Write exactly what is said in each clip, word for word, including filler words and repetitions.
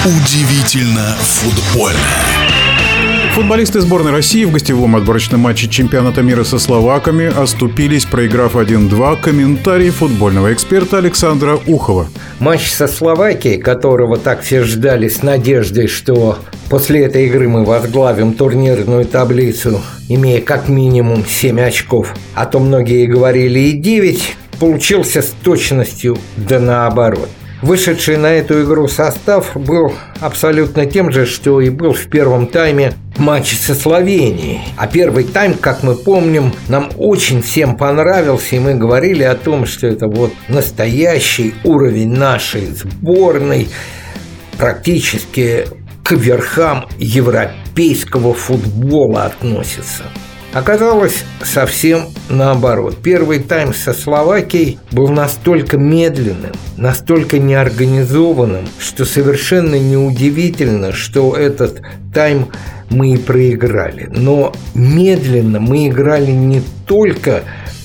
Удивительно футбольно. Футболисты сборной России в гостевом отборочном матче чемпионата мира со словаками оступились, проиграв один-два. Комментарий футбольного эксперта Александра Ухова. Матч со Словакией, которого так все ждали с надеждой, что после этой игры мы возглавим турнирную таблицу, имея как минимум семь очков, а то многие говорили и девять, получился с точностью да наоборот. Вышедший на эту игру состав был абсолютно тем же, что и был в первом тайме матча со Словенией. А первый тайм, как мы помним, нам очень всем понравился, и мы говорили о том, что это вот настоящий уровень нашей сборной, практически к верхам европейского футбола относится. Оказалось совсем наоборот. Первый тайм со Словакией был настолько медленным, настолько неорганизованным, что совершенно неудивительно, что этот тайм мы и проиграли. Но медленно мы играли не только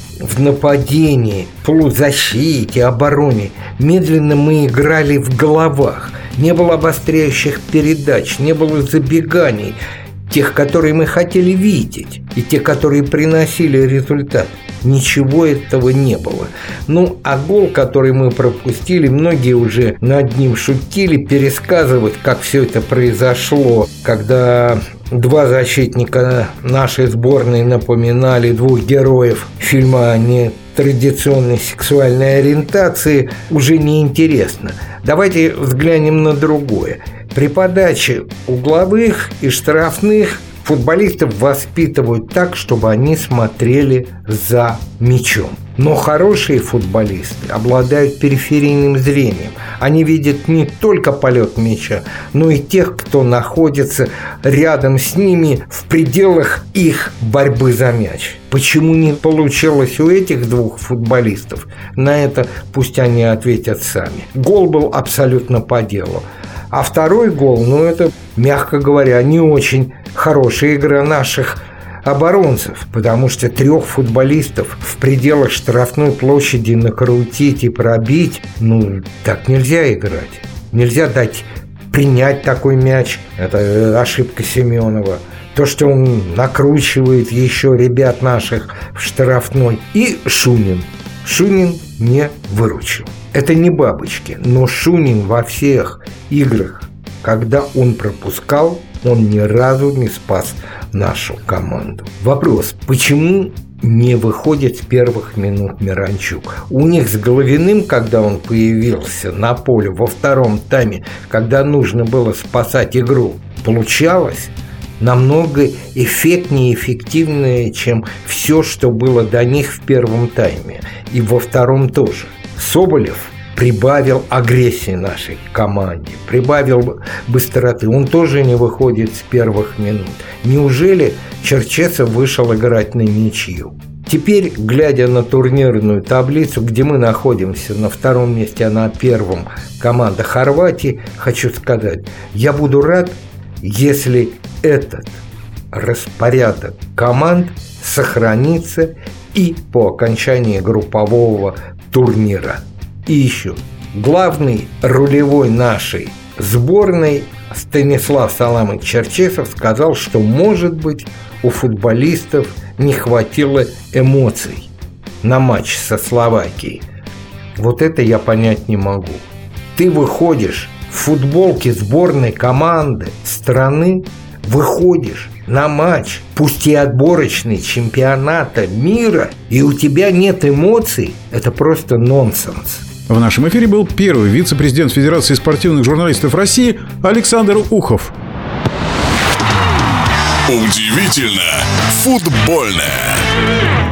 в нападении, полузащите, обороне. Медленно мы играли в головах. Не было обостряющих передач, не было забеганий, тех, которые мы хотели видеть, и те, которые приносили результат. Ничего этого не было. Ну, а гол, который мы пропустили, многие уже над ним шутили, пересказывать, как все это произошло, когда два защитника нашей сборной напоминали двух героев фильма о нетрадиционной сексуальной ориентации, уже неинтересно. Давайте взглянем на другое. При подаче угловых и штрафных футболистов воспитывают так, чтобы они смотрели за мячом. Но хорошие футболисты обладают периферийным зрением. Они видят не только полет мяча, но и тех, кто находится рядом с ними в пределах их борьбы за мяч. Почему не получилось у этих двух футболистов? На это пусть они ответят сами. Гол был абсолютно по делу. А второй гол, ну это, мягко говоря, не очень хорошая игра наших оборонцев, потому что трех футболистов в пределах штрафной площади накрутить и пробить, ну, так нельзя играть. Нельзя дать принять такой мяч. Это ошибка Семенова. То, что он накручивает еще ребят наших в штрафной. И Шунин. Шунин не выручил. Это не бабочки, но Шунин во всех играх, когда он пропускал, он ни разу не спас нашу команду. Вопрос, почему не выходит с первых минут Миранчук? У них с Головиным, когда он появился на поле во втором тайме, когда нужно было спасать игру, получалось намного эффектнее и эффективнее, чем все, что было до них в первом тайме. И во втором тоже. Соболев прибавил агрессии нашей команде, прибавил быстроты. Он тоже не выходит с первых минут. Неужели Черчесов вышел играть на ничью? Теперь, глядя на турнирную таблицу, где мы находимся на втором месте, а на первом команда Хорватии, хочу сказать, я буду рад, если этот распорядок команд сохранится и по окончании группового турнира. И еще главный рулевой нашей сборной Станислав Саламович Черчесов сказал, что, может быть, у футболистов не хватило эмоций на матч со Словакией. Вот это я понять не могу. Ты выходишь в футболке сборной команды страны, выходишь на матч, пусть и отборочный, чемпионата мира, и у тебя нет эмоций, это просто нонсенс. В нашем эфире был первый вице-президент Федерации спортивных журналистов России Александр Ухов. Удивительно футбольное.